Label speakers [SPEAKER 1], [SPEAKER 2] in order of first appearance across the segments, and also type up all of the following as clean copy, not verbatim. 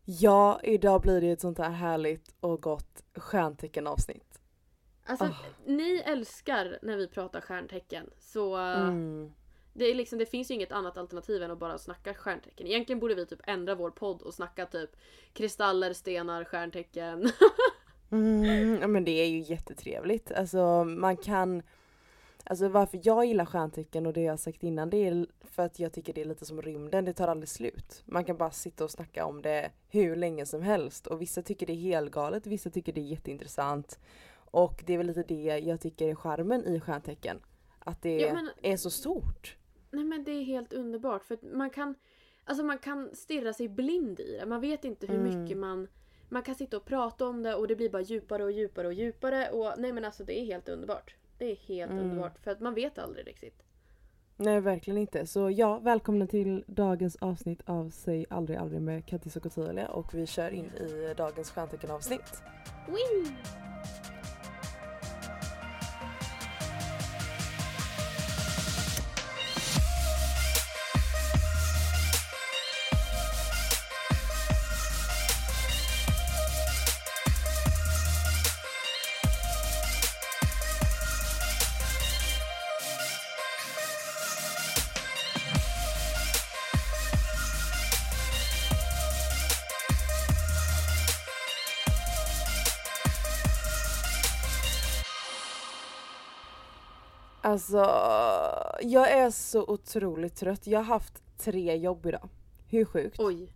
[SPEAKER 1] Ja, idag blir det ett sånt här härligt och gott stjärntecken-avsnitt.
[SPEAKER 2] Alltså, ni älskar när vi pratar stjärntecken. Så det är liksom, det finns ju inget annat alternativ än att bara snacka stjärntecken. Egentligen borde vi typ ändra vår podd och snacka typ kristaller, stenar, stjärntecken.
[SPEAKER 1] Ja, men det är ju jättetrevligt. Alltså man kan... Alltså varför jag gillar stjärntecken och det jag har sagt innan, det är för att jag tycker det är lite som rymden, det tar aldrig slut. Man kan bara sitta och snacka om det hur länge som helst och vissa tycker det är helgalet, vissa tycker det är jätteintressant. Och det är väl lite det jag tycker är charmen i stjärntecken. Att det är så stort.
[SPEAKER 2] Nej, men det är helt underbart för att man kan stirra sig blind i det. Man vet inte hur mycket man kan sitta och prata om det och det blir bara djupare och djupare och djupare och nej men alltså det är helt underbart. Det är helt underbart för att man vet aldrig riktigt.
[SPEAKER 1] Nej, verkligen inte. Så ja, välkomna till dagens avsnitt av Säg aldrig aldrig med Kattis och Cortelia och vi kör in i dagens stjärntecken-avsnitt.
[SPEAKER 2] Wee!
[SPEAKER 1] Alltså, jag är så otroligt trött. Jag har haft 3 jobb idag. Hur sjukt?
[SPEAKER 2] Oj.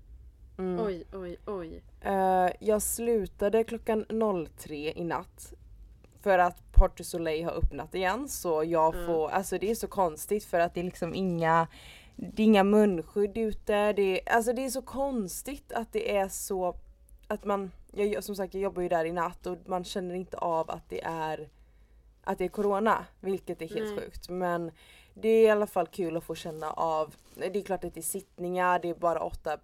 [SPEAKER 2] Oj.
[SPEAKER 1] Jag slutade klockan 03 i natt. För att Port du Soleil har öppnat igen. Så jag får, alltså det är så konstigt för att det är liksom det är inga munskydd ute. Det är så konstigt att det är så, att som sagt jag jobbar ju där i natt och man känner inte av att det är corona, vilket är helt sjukt. Men det är i alla fall kul att få känna av. Det är klart att det är sittningar, det är bara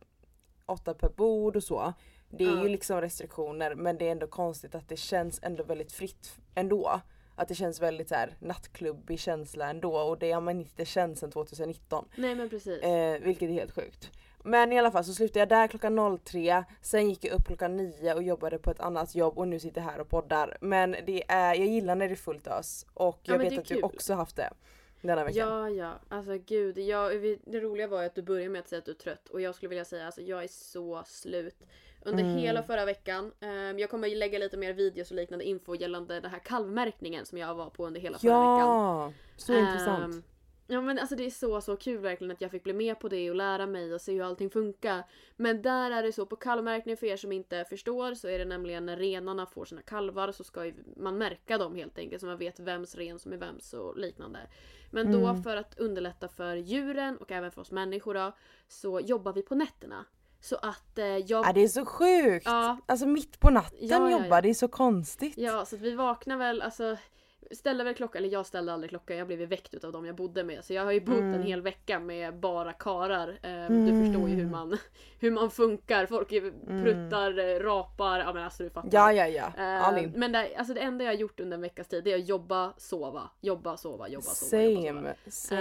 [SPEAKER 1] 8 per bord och så. Det är ju liksom restriktioner, men det är ändå konstigt att det känns ändå väldigt fritt ändå. Att det känns väldigt så här nattklubbig känsla ändå och det har man inte känt sedan 2019.
[SPEAKER 2] Nej men precis.
[SPEAKER 1] Vilket är helt sjukt. Men i alla fall så slutade jag där klockan 03. Sen gick jag upp klockan 9 och jobbade på ett annat jobb och nu sitter jag här och poddar. Men jag gillar när det är fullt ös. Och jag vet att du också haft det denna veckan.
[SPEAKER 2] Ja. Alltså gud. Det roliga var ju att du började med att säga att du är trött. Och jag skulle vilja säga alltså jag är så slut. Under hela förra veckan. Jag kommer lägga lite mer videos och liknande info gällande den här kalvmärkningen som jag var på under hela förra veckan.
[SPEAKER 1] Ja, så intressant.
[SPEAKER 2] Ja men alltså det är så kul verkligen att jag fick bli med på det och lära mig och se hur allting funkar. Men där är det så på kalvmärkning, för er som inte förstår, så är det nämligen när renarna får sina kalvar så ska man märka dem helt enkelt så man vet vems ren som är vems och liknande. Men då för att underlätta för djuren och även för oss människor då, så jobbar vi på nätterna. Så att det
[SPEAKER 1] är så sjukt! Ja. Alltså mitt på natten jobbar, det är så konstigt.
[SPEAKER 2] Ja, så att vi vaknar väl, alltså ställde väl klockan, eller jag ställde aldrig klockan, jag blev väckt utav dem jag bodde med. Så jag har ju bott en hel vecka med bara karar. Du förstår ju hur man funkar. Folk pruttar, rapar, ja men alltså du fattar.
[SPEAKER 1] Ja.
[SPEAKER 2] Men det enda jag har gjort under en veckas tid, det är att jobba, sova.
[SPEAKER 1] Same.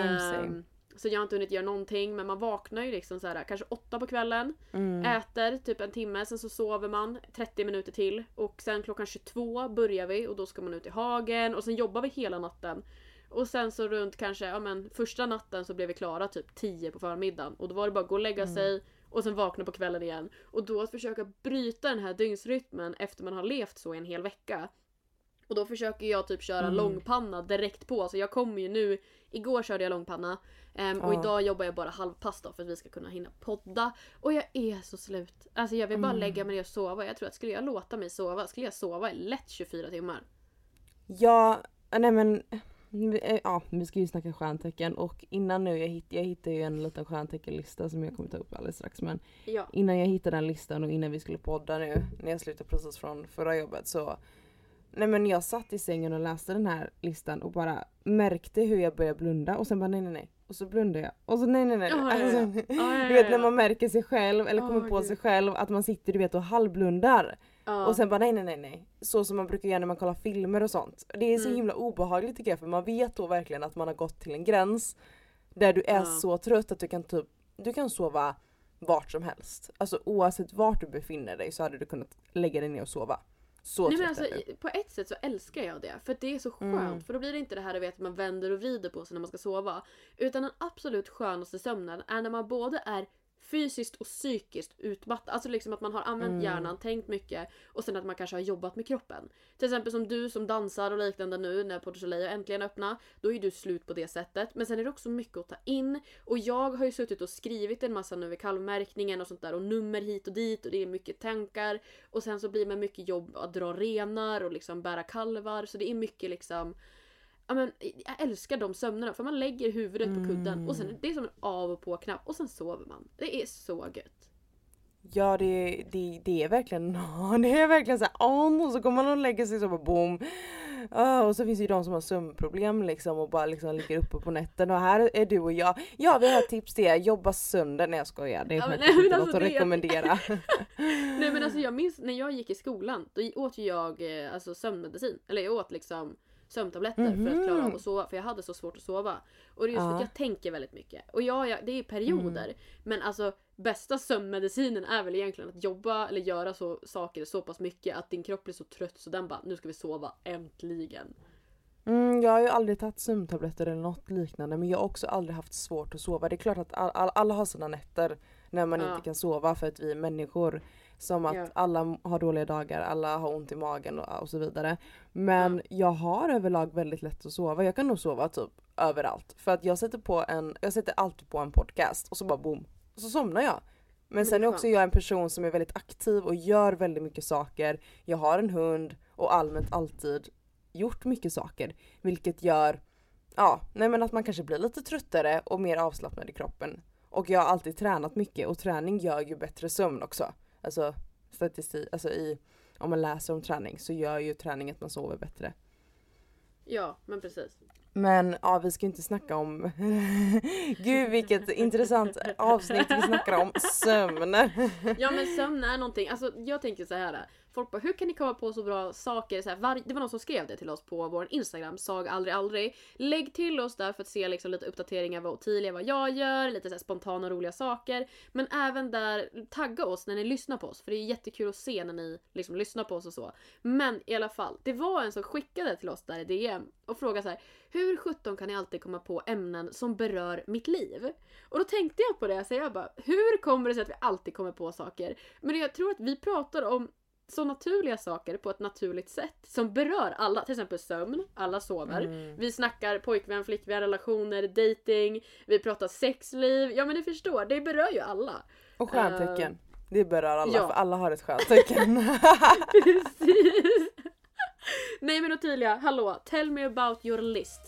[SPEAKER 2] Så jag har inte hunnit göra någonting, men man vaknar ju liksom så här, kanske 8 på kvällen, äter typ en timme, sen så sover man 30 minuter till och sen klockan 22 börjar vi och då ska man ut i hagen och sen jobbar vi hela natten. Och sen så runt kanske, första natten så blev vi klara typ 10 på förmiddagen och då var det bara att gå och lägga sig och sen vakna på kvällen igen. Och då att försöka bryta den här dygnsrytmen efter man har levt så i en hel vecka. Och då försöker jag typ köra långpanna direkt på. Så jag kommer ju nu, igår körde jag långpanna. Och idag jobbar jag bara halvpass då för att vi ska kunna hinna podda. Och jag är så slut. Alltså jag vill bara lägga mig ner och sova. Jag tror att skulle jag låta mig sova, skulle jag sova i lätt 24 timmar.
[SPEAKER 1] Ja, nej men... Ja, vi ska ju snacka stjärntecken. Och innan nu, jag hittade ju en liten stjärnteckenlista som jag kommer ta upp alldeles strax. Men innan jag hittade den listan och innan vi skulle podda nu, när jag slutade precis från förra jobbet så... Nej men jag satt i sängen och läste den här listan och bara märkte hur jag började blunda och sen bara nej. Och så blundade jag. Och så nej. Du vet när man märker sig själv eller kommer på sig själv att man sitter du vet och halvblundar. Och sen bara nej. Så som man brukar göra när man kollar filmer och sånt. Det är så himla obehagligt tycker jag för man vet då verkligen att man har gått till en gräns där du är så trött att du kan sova vart som helst. Alltså oavsett vart du befinner dig så hade du kunnat lägga dig ner och sova. Så
[SPEAKER 2] Nej, men
[SPEAKER 1] trött
[SPEAKER 2] alltså,
[SPEAKER 1] är du.
[SPEAKER 2] på ett sätt så älskar jag det. För det är så skönt. För då blir det inte det här att man vänder och vrider på sig när man ska sova. Utan den absolut skönaste sömnen är när man både är fysiskt och psykiskt utmattad. Alltså liksom att man har använt hjärnan, tänkt mycket. Och sen att man kanske har jobbat med kroppen. Till exempel som du som dansar och liknande nu när Port Soleil äntligen öppna. Då är du slut på det sättet. Men sen är det också mycket att ta in. Och jag har ju suttit och skrivit en massa nu vid kalvmärkningen och sånt där. Och nummer hit och dit. Och det är mycket tankar. Och sen så blir det mycket jobb att dra renar och liksom bära kalvar. Så det är mycket liksom... Ja, men jag älskar de sömnerna för man lägger huvudet på kudden och sen det är som en av och på knapp och sen sover man. Det är så gött.
[SPEAKER 1] Ja, det är verkligen det är verkligen så här, och så kommer man och lägger sig så bara boom. Och så finns ju de som har sömnproblem liksom och bara liksom ligger uppe på nätten och här är du och jag. Ja, vi har ett tips till er, jobba sönder. Nej, jag skojar. Det är inte något att rekommendera.
[SPEAKER 2] Nej, men alltså jag minns när jag gick i skolan, då åt ju jag alltså sömnmedicin. Eller jag åt liksom sömntabletter för att klara av att sova. För jag hade så svårt att sova. Och det är just för att jag tänker väldigt mycket. Och det är perioder. Men alltså bästa sömnmedicinen är väl egentligen att jobba eller göra saker så pass mycket att din kropp blir så trött så den bara, nu ska vi sova, äntligen.
[SPEAKER 1] Jag har ju aldrig tagit sömntabletter eller något liknande. Men jag har också aldrig haft svårt att sova. Det är klart att alla har sina nätter när man inte kan sova för att vi är människor. Som att alla har dåliga dagar, alla har ont i magen och så vidare. Men jag har överlag väldigt lätt att sova. Jag kan nog sova typ överallt. För att jag sätter alltid på en podcast och så bara boom. Och så somnar jag. Men sen är också jag en person som är väldigt aktiv och gör väldigt mycket saker. Jag har en hund och allmänt alltid gjort mycket saker. Vilket gör att man kanske blir lite tröttare och mer avslappnad i kroppen. Och jag har alltid tränat mycket och träning gör ju bättre sömn också. Alltså statistik, om man läser om träning så gör ju träning att man sover bättre.
[SPEAKER 2] Ja, men precis.
[SPEAKER 1] Men vi ska inte snacka om gud vilket intressant avsnitt vi snackar om sömn.
[SPEAKER 2] Ja, men sömn är någonting, alltså jag tänker så här. Folk bara, hur kan ni komma på så bra saker? Så här, det var någon som skrev det till oss på vår Instagram, sag aldrig. Lägg till oss där för att se liksom lite uppdateringar vad Ottilia, vad jag gör, lite så här spontana och roliga saker. Men även där, tagga oss när ni lyssnar på oss, för det är jättekul att se när ni liksom lyssnar på oss och så. Men i alla fall, det var en som skickade till oss där i DM och frågade så här: hur 17 kan ni alltid komma på ämnen som berör mitt liv? Och då tänkte jag på det, så jag bara, hur kommer det sig att vi alltid kommer på saker? Men jag tror att vi pratar om så naturliga saker på ett naturligt sätt som berör alla, till exempel sömn, alla sover. Vi snackar pojkvän, flickvän, relationer, dating, vi pratar sexliv. Ja, men ni förstår, det berör ju alla.
[SPEAKER 1] Och stjärntecken. Det berör alla, för alla har ett stjärntecken.
[SPEAKER 2] Precis. Nej, men Ottilia, hallå, tell me about your list.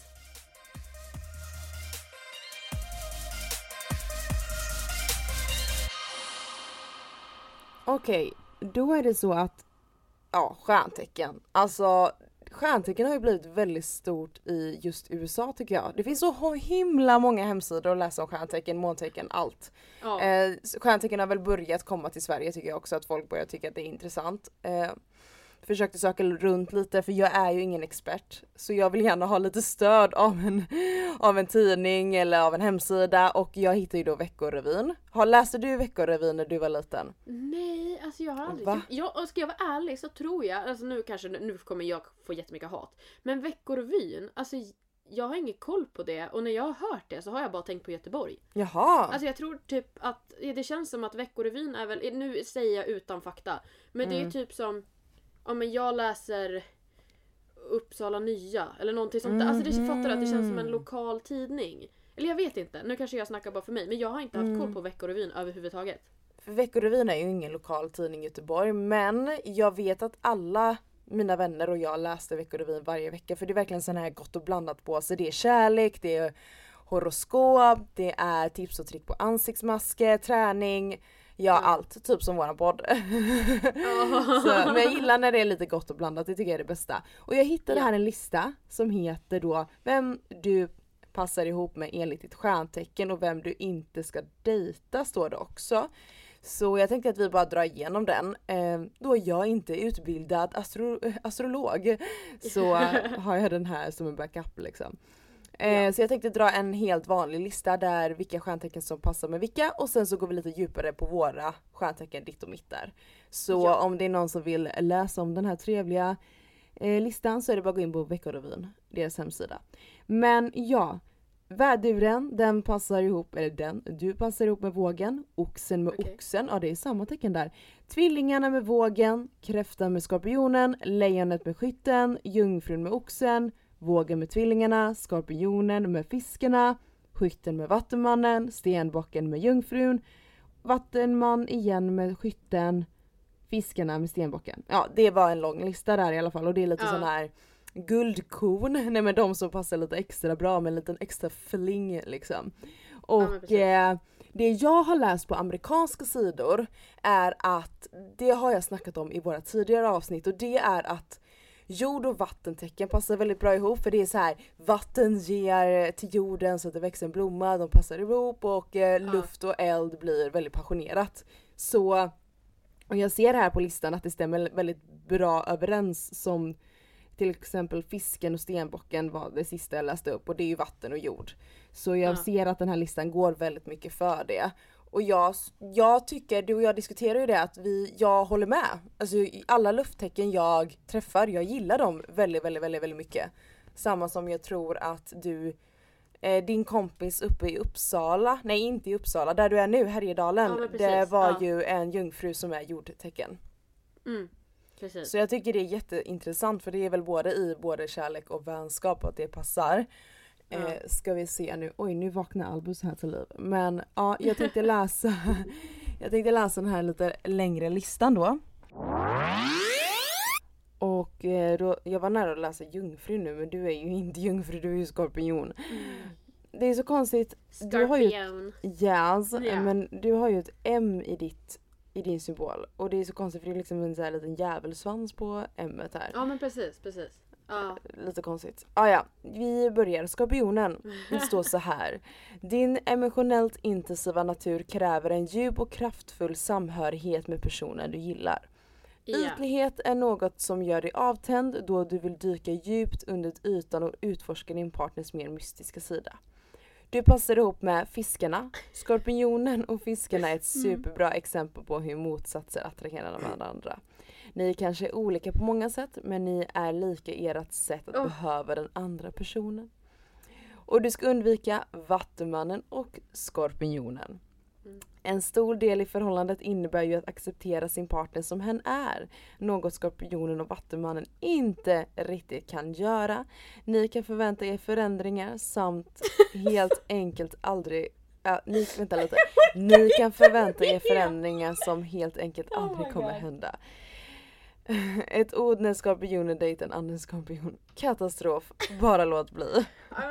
[SPEAKER 1] Okej, då är det så att stjärntecken. Alltså stjärntecken har ju blivit väldigt stort i just USA tycker jag. Det finns så himla många hemsidor att läsa om stjärntecken, måntecken, allt. Stjärntecken har väl börjat komma till Sverige tycker jag också, att folk börjar tycka att det är intressant. Försökte söka runt lite för jag är ju ingen expert. Så jag vill gärna ha lite stöd av en tidning eller av en hemsida. Och jag hittade ju då Veckorevyn. Läste du Veckorevyn när du var liten?
[SPEAKER 2] Nej, alltså jag har aldrig... Ska jag vara ärlig så tror jag... Alltså nu kommer jag få jättemycket hat. Men Veckorevyn, alltså jag har ingen koll på det. Och när jag har hört det så har jag bara tänkt på Göteborg.
[SPEAKER 1] Jaha.
[SPEAKER 2] Alltså jag tror typ att... Det känns som att Veckorevyn är väl... Nu säger jag utan fakta. Men det är typ som... Ja, men jag läser Uppsala Nya eller någonting sånt där. Alltså det fattar att det känns som en lokal tidning. Eller jag vet inte, nu kanske jag snackar bara för mig. Men jag har inte haft koll på Veckorevyn överhuvudtaget.
[SPEAKER 1] För Veckorevyn är ju ingen lokal tidning i Göteborg. Men jag vet att alla mina vänner och jag läste Veckorevyn varje vecka. För det är verkligen sån här gott och blandat på sig. Det är kärlek, det är horoskop, det är tips och trick på ansiktsmasker, träning. Ja, allt. Typ som våran podd. Men jag gillar när det är lite gott och blandat. Det tycker jag är det bästa. Och jag hittade här en lista som heter då vem du passar ihop med enligt ditt stjärntecken och vem du inte ska dejta, står det också. Så jag tänkte att vi bara drar igenom den. Då jag inte är utbildad astrolog så har jag den här som en backup liksom. Så jag tänkte dra en helt vanlig lista där vilka stjärntecken som passar med vilka. Och sen så går vi lite djupare på våra stjärntecken, ditt och mitt där. Så om det är någon som vill läsa om den här trevliga listan så är det bara att gå in på Veckorevyn, deras hemsida. Men ja, värduren, den passar ihop, eller du passar ihop med vågen. Oxen med oxen, ja det är samma tecken där. Tvillingarna med vågen, kräftan med skorpionen, lejonet med skytten, jungfrun med oxen, vågen med tvillingarna, skorpionen med fiskarna, skytten med vattenmannen, stenbocken med jungfrun, vattenman igen med skytten, fiskarna med stenbocken. Ja, det var en lång lista där i alla fall och det är lite sån här guldkorn, nej men de som passar lite extra bra med en liten extra fling liksom. Och det jag har läst på amerikanska sidor är att, det har jag snackat om i våra tidigare avsnitt, och det är att jord- och vattentecken passar väldigt bra ihop, för det är så här, vatten ger till jorden så att det växer en blomma, de passar ihop, och luft och eld blir väldigt passionerat. Så, och jag ser här på listan att det stämmer väldigt bra överens, som till exempel fisken och stenbocken var det sista jag läste upp, och det är ju vatten och jord. Så jag ser att den här listan går väldigt mycket för det. Och jag tycker, du och jag diskuterar ju det, att jag håller med. Alltså alla lufttecken jag träffar, jag gillar dem väldigt, väldigt, väldigt, väldigt mycket. Samma som jag tror att din kompis uppe i Uppsala, nej inte i Uppsala, där du är nu, Härjedalen, det var ju en jungfru som är jordtecken.
[SPEAKER 2] Precis.
[SPEAKER 1] Så jag tycker det är jätteintressant, för det är väl både kärlek och vänskap att det passar. Ska vi se nu. Oj, nu vaknar Albus här till liv. Men ja, jag tänkte läsa den här lite längre listan då. Och då, jag var nära att läsa jungfru nu, men du är ju inte jungfru, du är ju skorpion. Det är så konstigt.
[SPEAKER 2] Skorpion.
[SPEAKER 1] Du har ju men du har ju ett M i din symbol. Och det är så konstigt, för det är liksom en sån här liten djävulsvans på M-et här.
[SPEAKER 2] Ja, men precis.
[SPEAKER 1] Lite konstigt. Ja, vi börjar. Skorpionen. Det står så här. Din emotionellt intensiva natur kräver en djup och kraftfull samhörighet med personen du gillar. Ytlighet är något som gör dig avtänd, då du vill dyka djupt under ytan och utforska din partners mer mystiska sida. Du passar ihop med fiskarna. Skorpionen och fiskarna är ett superbra exempel på hur motsatser attraherar varandra. Ni kanske är olika på många sätt, men ni är lika i ert sätt att behöva den andra personen. Och du ska undvika vattenmannen och skorpionen. En stor del i förhållandet innebär ju att acceptera sin partner som hen är. Något skorpionen och vattenmannen inte riktigt kan göra. Ni kan förvänta er förändringar samt helt enkelt aldrig... Ni kan förvänta er förändringar som helt enkelt aldrig kommer hända. Ett ord när skorpionen dejtar en annan skorpion. Katastrof. Bara låt bli.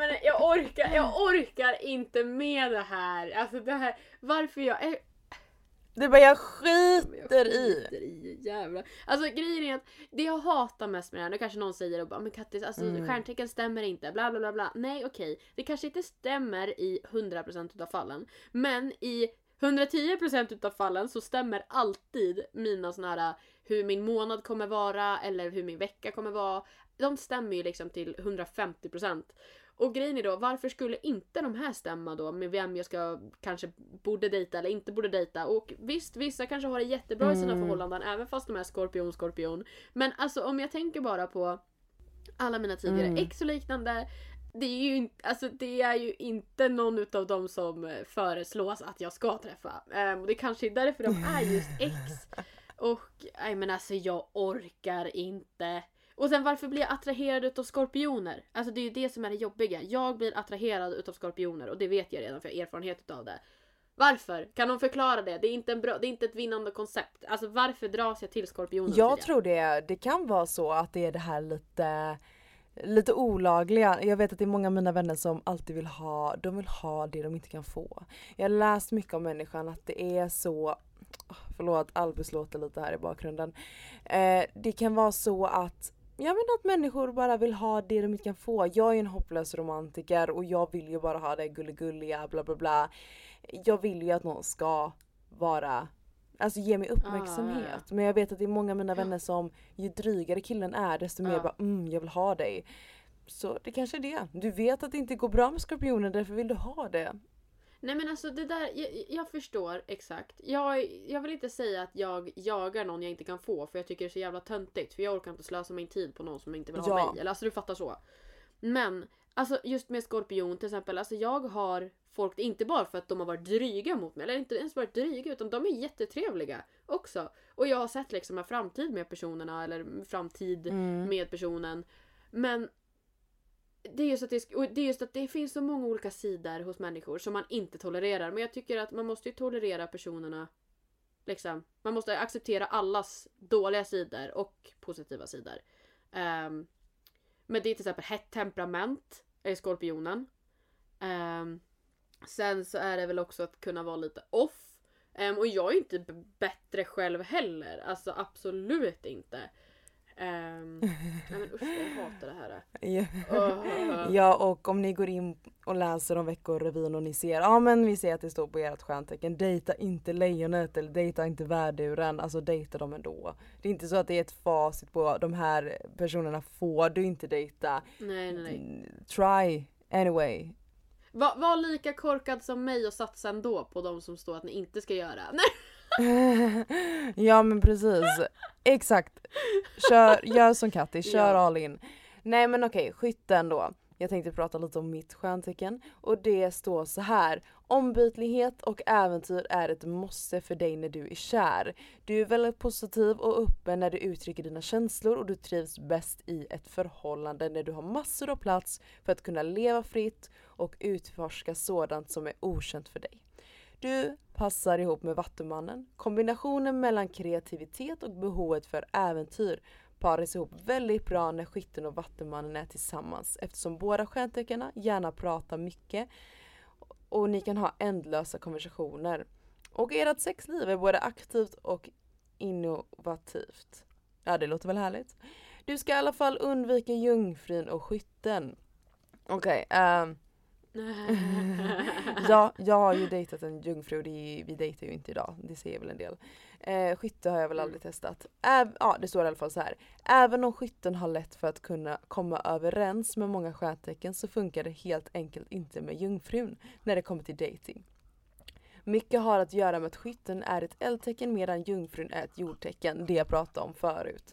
[SPEAKER 2] Jag orkar inte med det här. Alltså det här. Varför jag är...
[SPEAKER 1] Det bara jag skiter i.
[SPEAKER 2] Jävlar. Alltså grejen är att det jag hatar mest med det här, nu kanske någon säger och bara, men Kattis, alltså stjärntecken stämmer inte, bla bla bla bla. Nej, okej. Det kanske inte stämmer i 100% av fallen, men i 110% utav fallen så stämmer alltid mina såna här, hur min månad kommer vara eller hur min vecka kommer vara. De stämmer ju liksom till 150%. Och grejen är då, varför skulle inte de här stämma då med vem jag kanske borde dejta eller inte borde dejta? Och visst, vissa kanske har det jättebra i sina förhållanden, även fast de är skorpion. Men alltså om jag tänker bara på alla mina tidigare ex och liknande, det är ju inte någon utav dem som föreslås att jag ska träffa. Och det kanske är därför de är just ex. Och men alltså jag orkar inte. Och sen varför blir jag attraherad utav skorpioner? Alltså det är ju det som är det jobbiga. Jag blir attraherad utav skorpioner, och det vet jag redan för jag har erfarenhet utav det. Varför? Kan de förklara det? Det är inte ett vinnande koncept. Alltså varför dras jag till skorpioner?
[SPEAKER 1] Jag tror det kan vara så att det är det här lite olagliga. Jag vet att det är många av mina vänner som alltid vill ha det de inte kan få. Jag har läst mycket om människan att det är så. Förlåt, Albus låter lite här i bakgrunden. Det kan vara så att att människor bara vill ha det de inte kan få. Jag är en hopplös romantiker och jag vill ju bara ha det gulliga bla bla bla. Jag vill ju att någon ska vara, alltså ge mig uppmärksamhet. Men jag vet att det är många av mina vänner som, ju drygare killen är, desto mer bara jag vill ha dig. Så det kanske är det. Du vet att det inte går bra med skorpioner, därför vill du ha det.
[SPEAKER 2] Nej men alltså det där, jag förstår exakt. Jag vill inte säga att jag jagar någon jag inte kan få, för jag tycker det är så jävla töntigt. För jag orkar inte slösa min tid på någon som inte vill ha mig. Eller alltså du fattar så. Men alltså just med skorpion till exempel, alltså jag har folk, inte bara för att de har varit dryga mot mig, eller inte ens varit dryga, utan de är jättetrevliga också. Och jag har sett liksom en framtid med personerna, eller framtid med personen. Men det är just att det finns så många olika sidor hos människor som man inte tolererar. Men jag tycker att man måste ju tolerera personerna. Liksom. Man måste acceptera allas dåliga sidor och positiva sidor. Men det är till exempel hett temperament är skorpionen. Sen så är det väl också att kunna vara lite off. Och jag är inte bättre själv heller. Alltså absolut inte. Nej men usch, jag hatar det här.
[SPEAKER 1] Ja, och om ni går in och läser om veckorevyn och ni ser, men vi ser att det står på ert stjärntecken, dejta inte lejonet eller dejta inte värduren, alltså dejta dem ändå. Det är inte så att det är ett facit på de här personerna får du inte dejta.
[SPEAKER 2] Nej.
[SPEAKER 1] Try anyway.
[SPEAKER 2] Var lika korkad som mig och satsa ändå på de som står att ni inte ska göra. Nej.
[SPEAKER 1] Ja men precis. Exakt. Gör som Katti, kör all in. Nej men okej, skytten då. Jag tänkte prata lite om mitt stjärntecken. Och det står så här: ombytlighet och äventyr är ett måste för dig när du är kär. Du är väldigt positiv och öppen när du uttrycker dina känslor, och du trivs bäst i ett förhållande när du har massor av plats för att kunna leva fritt och utforska sådant som är okänt för dig. Du passar ihop med Vattumannen. Kombinationen mellan kreativitet och behovet för äventyr paras ihop väldigt bra när Skytten och Vattumannen är tillsammans, eftersom båda stjärntecknen gärna pratar mycket och ni kan ha ändlösa konversationer. Och ert sexliv är både aktivt och innovativt. Ja, det låter väl härligt. Du ska i alla fall undvika jungfrun och Skytten. Okej, ja, jag har ju dejtat en jungfru, vi dejtar ju inte idag, det ser väl en del. Skytte har jag väl aldrig testat. Det står i alla fall så här: även om skytten har lätt för att kunna komma överens med många stjärntecken, så funkar det helt enkelt inte med jungfrun när det kommer till dating. Mycket har att göra med att skytten är ett eldtecken medan jungfrun är ett jordtecken, det jag pratade om förut.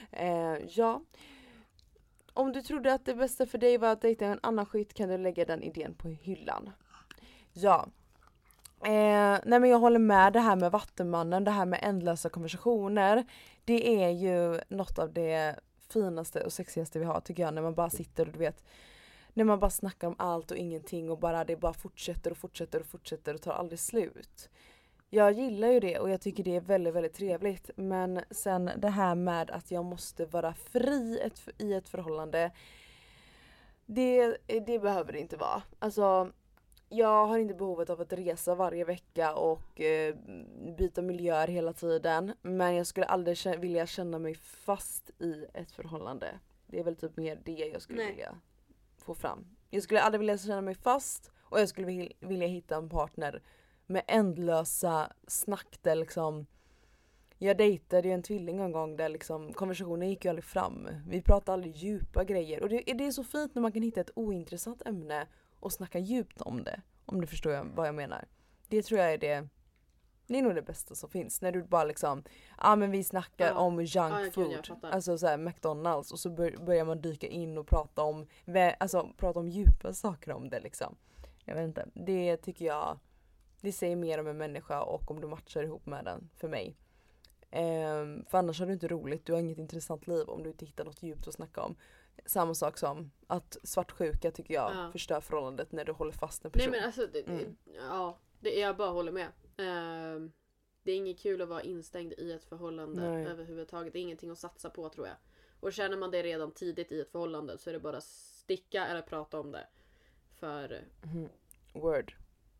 [SPEAKER 1] Om du trodde att det bästa för dig var att dejta en annan skytt, kan du lägga den idén på hyllan. Ja. Nej men jag håller med, det här med Vattumannen, det här med ändlösa konversationer. Det är ju något av det finaste och sexigaste vi har, tycker jag, när man bara sitter och du vet, när man bara snackar om allt och ingenting och det bara fortsätter och tar aldrig slut. Jag gillar ju det och jag tycker det är väldigt, väldigt trevligt. Men sen det här med att jag måste vara fri i ett förhållande, det behöver det inte vara. Alltså, jag har inte behovet av att resa varje vecka och byta miljöer hela tiden. Men jag skulle aldrig vilja känna mig fast i ett förhållande. Det är väl typ mer det jag skulle vilja få fram. Jag skulle aldrig vilja känna mig fast, och jag skulle vilja hitta en partner med ändlösa snack där liksom. Jag dejtade ju en tvilling en gång där liksom konversationen gick ju aldrig fram. Vi pratade aldrig djupa grejer. Och det är så fint när man kan hitta ett ointressant ämne och snacka djupt om det. Om du förstår vad jag menar. Det tror jag är nog det bästa som finns. När du bara liksom, men vi snackar om junk food. Alltså såhär McDonalds. Och så börjar man dyka in och prata om djupa saker om det liksom. Jag vet inte. Det tycker jag, det säger mer om en människa och om du matchar ihop med den, för mig. För annars har du inte roligt, du har inget intressant liv om du inte hittar något djupt att snacka om. Samma sak som att svartsjuka tycker jag förstör förhållandet när du håller fast en person.
[SPEAKER 2] Nej men alltså, jag bara håller med. Det är inget kul att vara instängd i ett förhållande överhuvudtaget. Det är ingenting att satsa på, tror jag. Och känner man det redan tidigt i ett förhållande så är det bara sticka eller prata om det. För...
[SPEAKER 1] Word.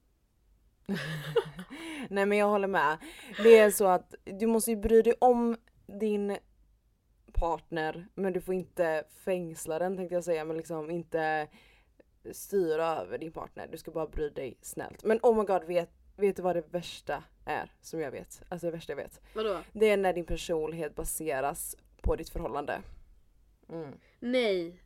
[SPEAKER 1] Nej men jag håller med. Det är så att du måste ju bry dig om din partner, men du får inte fängsla den, tänkte jag säga, men liksom inte styra över din partner. Du ska bara bry dig snällt. Men oh my god, vet du vad det värsta är som jag vet? Alltså det värsta jag vet.
[SPEAKER 2] Vadå?
[SPEAKER 1] Det är när din personlighet baseras på ditt förhållande.
[SPEAKER 2] Nej.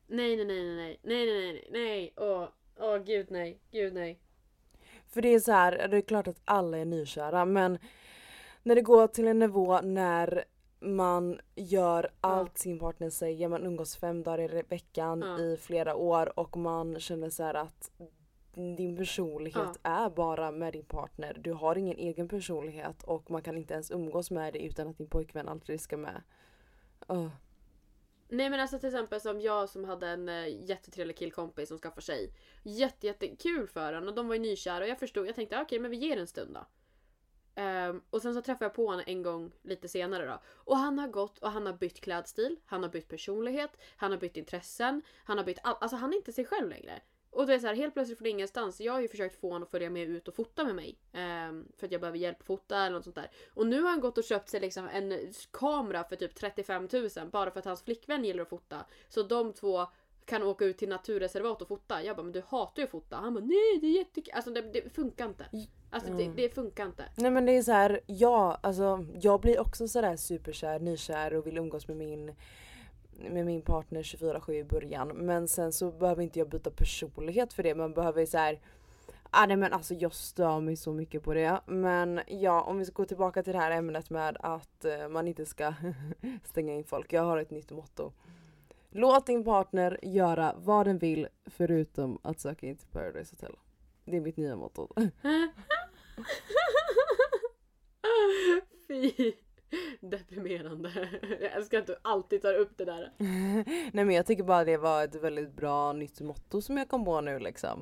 [SPEAKER 2] Gud nej.
[SPEAKER 1] För det är så här, det är klart att alla är nykära, men när det går till en nivå när man gör allt sin partner säger, man umgås 5 dagar i veckan i flera år och man känner så här att din personlighet är bara med din partner. Du har ingen egen personlighet och man kan inte ens umgås med dig utan att din pojkvän alltid ska med.
[SPEAKER 2] Nej men alltså till exempel som jag som hade en jättetrevlig killkompis som skaffade sig. Jättekul för honom och de var ju nykära och jag tänkte okej, men vi ger en stund då. Och sen så träffade jag på honom en gång lite senare då. Och han har gått och han har bytt klädstil, han har bytt personlighet, han har bytt intressen, han har bytt allt. Alltså han är inte sig själv längre. Och det är så här, helt plötsligt från ingenstans. Jag har ju försökt få honom att följa med ut och fota med mig. För att jag behöver hjälp att fota eller något sånt där. Och nu har han gått och köpt sig liksom en kamera för typ 35 000. Bara för att hans flickvän gillar att fota. Så de två kan åka ut till naturreservat och fota. Jag bara, men du hatar ju att fota. Han bara, nej det är jättekul. Alltså det funkar inte. Alltså det funkar inte.
[SPEAKER 1] Nej men det är så här, jag blir också sådär superkär, nykär och vill umgås med min partner 24/7 i början. Men sen så behöver inte jag byta personlighet för det. Man behöver så här, nej men alltså jag stör mig så mycket på det. Men ja, om vi ska gå tillbaka till det här ämnet med att man inte ska stänga in folk. Jag har ett nytt motto. Låt din partner göra vad den vill förutom att söka in till Paradise Hotel. Det är mitt nya motto.
[SPEAKER 2] Fy. Deprimerande. Jag älskar att du alltid tar upp det där.
[SPEAKER 1] Nej men jag tycker bara det var ett väldigt bra nytt motto som jag kom på nu liksom.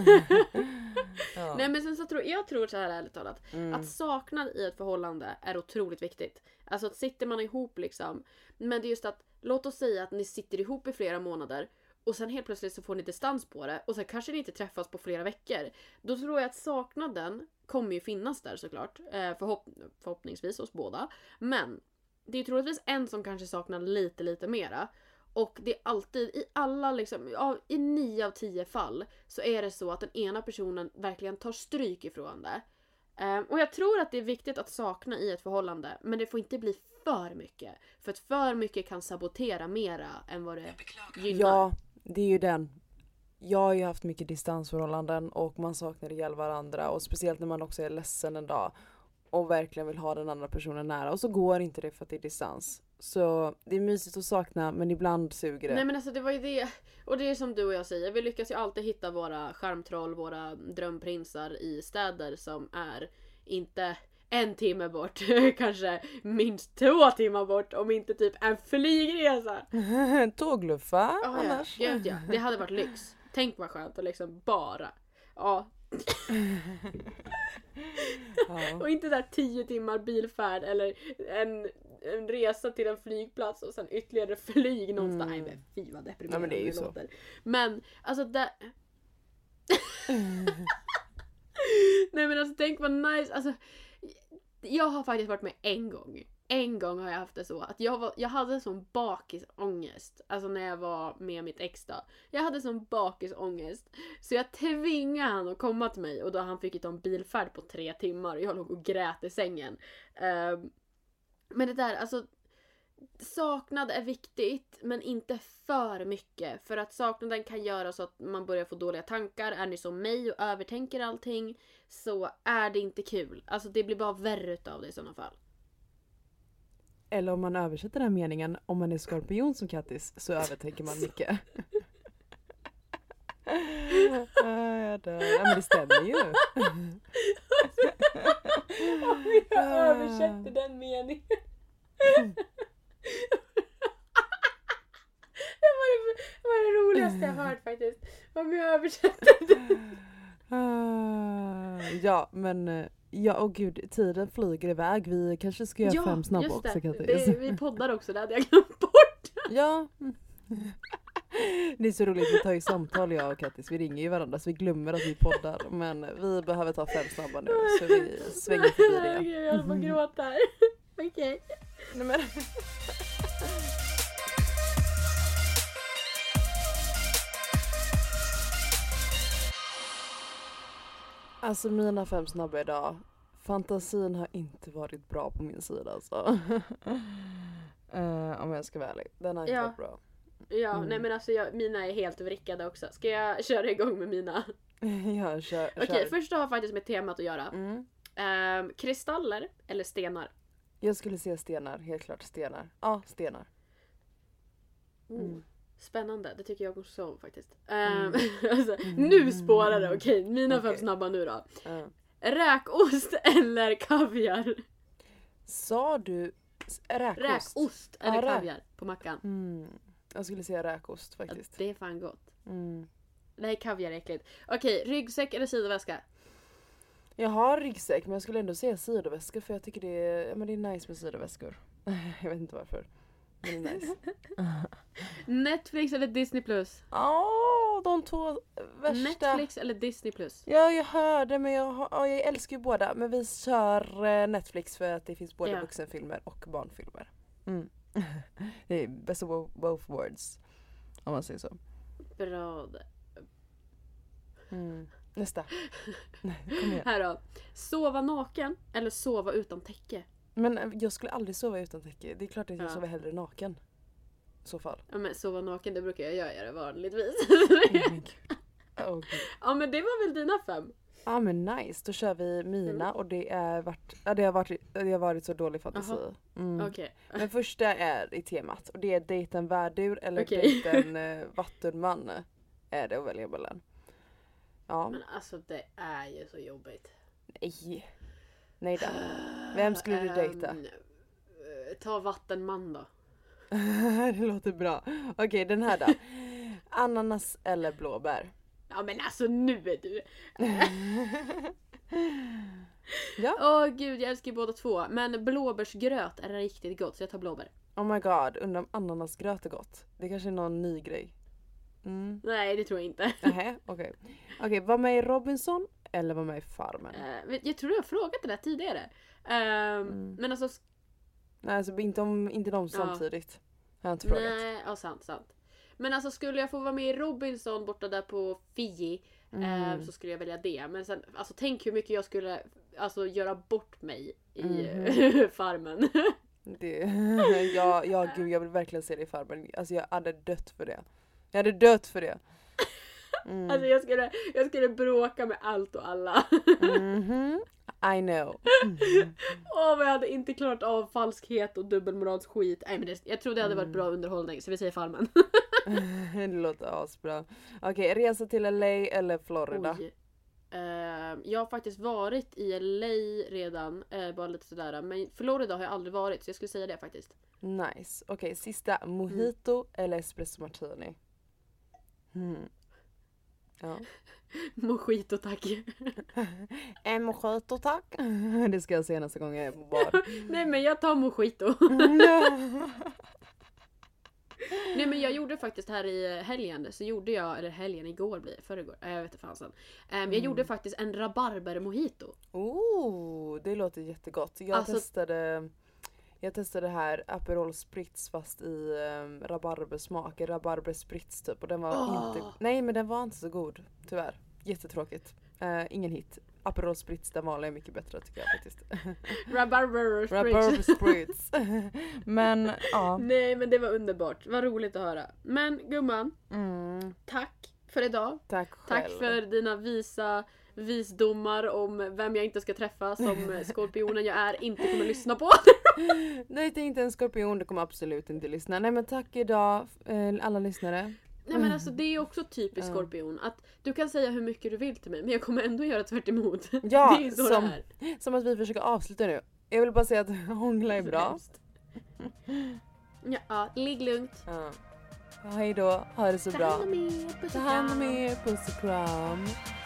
[SPEAKER 2] Nej men sen så jag tror så här ärligt talat. Att saknad i ett förhållande är otroligt viktigt. Alltså att sitter man ihop liksom. Men det är just att, låt oss säga att ni sitter ihop i flera månader. Och sen helt plötsligt så får ni distans på det. Och sen kanske ni inte träffas på flera veckor. Då tror jag att saknaden kommer ju finnas där såklart. Förhoppningsvis hos båda. Men det är troligtvis en som kanske saknar lite mera. Och det är alltid, i alla liksom, i 9 av 10 fall så är det så att den ena personen verkligen tar stryk ifrån det. Och jag tror att det är viktigt att sakna i ett förhållande. Men det får inte bli för mycket. För att för mycket kan sabotera mera än vad det gynnar.
[SPEAKER 1] Ja, det är ju den. Jag har ju haft mycket distansförhållanden och man saknar ihjäl varandra. Och speciellt när man också är ledsen en dag och verkligen vill ha den andra personen nära. Och så går inte det för att det är distans. Så det är mysigt att sakna, men ibland suger det.
[SPEAKER 2] Nej men alltså det var ju det. Och det är som du och jag säger. Vi lyckas ju alltid hitta våra charmtroll, våra drömprinsar i städer som är inte 1 timme bort. Kanske minst 2 timmar bort. Om inte typ en flygresa.
[SPEAKER 1] Tågluffa annars.
[SPEAKER 2] Ja. Gud, ja. Det hade varit lyx. Tänk vad skönt att liksom bara. Ja. Och inte där 10 timmar bilfärd eller en resa till en flygplats och sen ytterligare flyg någonstans. Nej men fy vad deprimerande.
[SPEAKER 1] Ja, men det är ju så.
[SPEAKER 2] Låter. Men alltså där. Nej men alltså tänk vad nice. Alltså jag har faktiskt varit med en gång. En gång har jag haft det så att jag hade sån bakisångest. Alltså när jag var med mitt ex då. Jag hade sån bakisångest. Så jag tvingade han att komma till mig. Och då han fick en bilfärd på 3 timmar. Och jag låg och grät i sängen. Men det där, alltså. Saknad är viktigt. Men inte för mycket. För att saknaden kan göra så att man börjar få dåliga tankar. Är ni som mig och övertänker allting. Så är det inte kul. Alltså det blir bara värre utav det i sådana fall.
[SPEAKER 1] Eller om man översätter den här meningen, om man är skorpion som Kattis så övertänker man mycket. Jag dör. Ja, men det stämmer ju.
[SPEAKER 2] Om jag översätter den meningen. Det var det roligaste jag hört faktiskt. Om jag översätter den.
[SPEAKER 1] Ja, men ja, åh gud, tiden flyger iväg. Vi kanske ska göra 5 snabba också, Kattis.
[SPEAKER 2] Vi poddar också, det hade jag glömt bort.
[SPEAKER 1] Ja. Det är så roligt, vi tar ju samtal jag och Kattis. Vi ringer ju varandra så vi glömmer att vi poddar. Men vi behöver ta 5 snabba nu så vi svänger förbi det.
[SPEAKER 2] Jag håller på att gråta här. Okej.
[SPEAKER 1] Nej, men. Alltså mina 5 snabba idag. Fantasin har inte varit bra på min sida alltså. Om jag ska vara ärlig. Den har inte varit bra.
[SPEAKER 2] Ja, nej men alltså mina är helt vrickade också. Ska jag köra igång med mina?
[SPEAKER 1] Ja, kör.
[SPEAKER 2] Okej, först har faktiskt med temat att göra. Kristaller eller stenar?
[SPEAKER 1] Jag skulle säga stenar, helt klart stenar. Ja, stenar.
[SPEAKER 2] Spännande, det tycker jag också om faktiskt. Alltså, nu spårar det, okej. Mina 5 snabba nu då. Räkost eller kaviar?
[SPEAKER 1] Sa du räkost?
[SPEAKER 2] Räkost eller kaviar på mackan?
[SPEAKER 1] Jag skulle säga räkost faktiskt.
[SPEAKER 2] Det är fan gott. Nej, kaviar är äckligt. Okej, ryggsäck eller sidoväska?
[SPEAKER 1] Jag har ryggsäck, men jag skulle ändå säga sidoväska för jag tycker det är nice med sidoväskor. Jag vet inte varför. Men det är nice.
[SPEAKER 2] Netflix eller Disney Plus?
[SPEAKER 1] De 2 värsta.
[SPEAKER 2] Netflix eller Disney Plus?
[SPEAKER 1] Ja, jag hörde, men jag älskar ju båda. Men vi kör Netflix för att det finns både vuxenfilmer och barnfilmer. Det är best of both worlds, om man säger så.
[SPEAKER 2] Bra.
[SPEAKER 1] Nästa. Kom igen.
[SPEAKER 2] Här då. Sova naken eller sova utan täcke?
[SPEAKER 1] Men jag skulle aldrig sova utan täcke. Det är klart att jag sover hellre naken. I så fall.
[SPEAKER 2] Ja, men sova naken, det brukar jag göra vanligtvis. Ja, men det var väl dina 5?
[SPEAKER 1] Ja, men nice. Då kör vi mina och det har varit så dålig fantasi.
[SPEAKER 2] Okay.
[SPEAKER 1] Men första är i temat och det är dejta en värdur eller dejta en vattenman är det att välja mellan. Ja.
[SPEAKER 2] Men alltså det är ju så jobbigt.
[SPEAKER 1] Nej då. Vem skulle du dejta?
[SPEAKER 2] Ta vattenman då.
[SPEAKER 1] Det låter bra. Okej, den här då. Ananas eller blåbär?
[SPEAKER 2] Ja, men alltså nu är du.
[SPEAKER 1] Ja.
[SPEAKER 2] Gud, jag älskar båda 2. Men blåbärsgröt är riktigt gott, så jag tar blåbär.
[SPEAKER 1] Oh my god, undrar om ananasgröt är gott. Det kanske är någon ny grej.
[SPEAKER 2] Nej, det tror jag inte.
[SPEAKER 1] Okej, var med i Robinson eller var med i Farmen?
[SPEAKER 2] Jag tror jag har frågat det där tidigare. Men alltså...
[SPEAKER 1] Nej, alltså inte de samtidigt. Jag har inte frågat.
[SPEAKER 2] Nej, ja, sant. Men alltså skulle jag få vara med i Robinson borta där på Fiji så skulle jag välja det. Men sen, alltså tänk hur mycket jag skulle göra bort mig i Farmen. Gud, jag vill verkligen se det i Farmen. Alltså jag hade dött för det. Alltså jag skulle bråka med allt och alla.
[SPEAKER 1] I know.
[SPEAKER 2] Vad jag hade inte klarat av falskhet och dubbelmorals skit. Nej, men jag tror det hade varit bra underhållning, så vi säger Farmen.
[SPEAKER 1] Det låter asbra. Okej, resa till LA eller Florida?
[SPEAKER 2] Jag har faktiskt varit i LA redan, bara lite sådär. Men Florida har jag aldrig varit, så jag skulle säga det faktiskt.
[SPEAKER 1] Nice. Okej, sista. Mojito eller espresso martini? Ja.
[SPEAKER 2] Mojito, tack.
[SPEAKER 1] En mojito, tack. Det ska jag säga nästa gång jag är på bar.
[SPEAKER 2] Nej, men jag tar mojito. Nej, men jag gjorde faktiskt här i helgen, så gjorde jag, eller helgen igår blir det, förrgår, jag vet inte fansen. Jag gjorde faktiskt en rabarber mojito.
[SPEAKER 1] Det låter jättegott. Jag testade här Aperol Spritz fast i rabarbersmak, rabarber Spritz typ, och den var den var inte så god, tyvärr. Jättetråkigt. Ingen hit. Aperol Spritz, den vanliga är mycket bättre tycker jag faktiskt.
[SPEAKER 2] Rabarber
[SPEAKER 1] Spritz. Men ja.
[SPEAKER 2] Nej, men det var underbart. Vad roligt att höra. Men gumman, tack för idag.
[SPEAKER 1] Tack själv.
[SPEAKER 2] Tack för dina visdomar om vem jag inte ska träffa som skorpionen jag är inte kommer lyssna på.
[SPEAKER 1] Nej, det är inte en skorpion, det kommer absolut inte lyssna. Nej, men tack idag alla lyssnare.
[SPEAKER 2] Nej, men alltså det är också typiskt skorpion att du kan säga hur mycket du vill till mig, men jag kommer ändå göra tvärt emot.
[SPEAKER 1] Ja,
[SPEAKER 2] det är så det är.
[SPEAKER 1] Som att vi försöker avsluta nu. Jag vill bara säga att hångla är bra.
[SPEAKER 2] Ja, ligg lugnt.
[SPEAKER 1] Hej då, ha det så bra.
[SPEAKER 2] Ta hand om er,
[SPEAKER 1] puss och kram.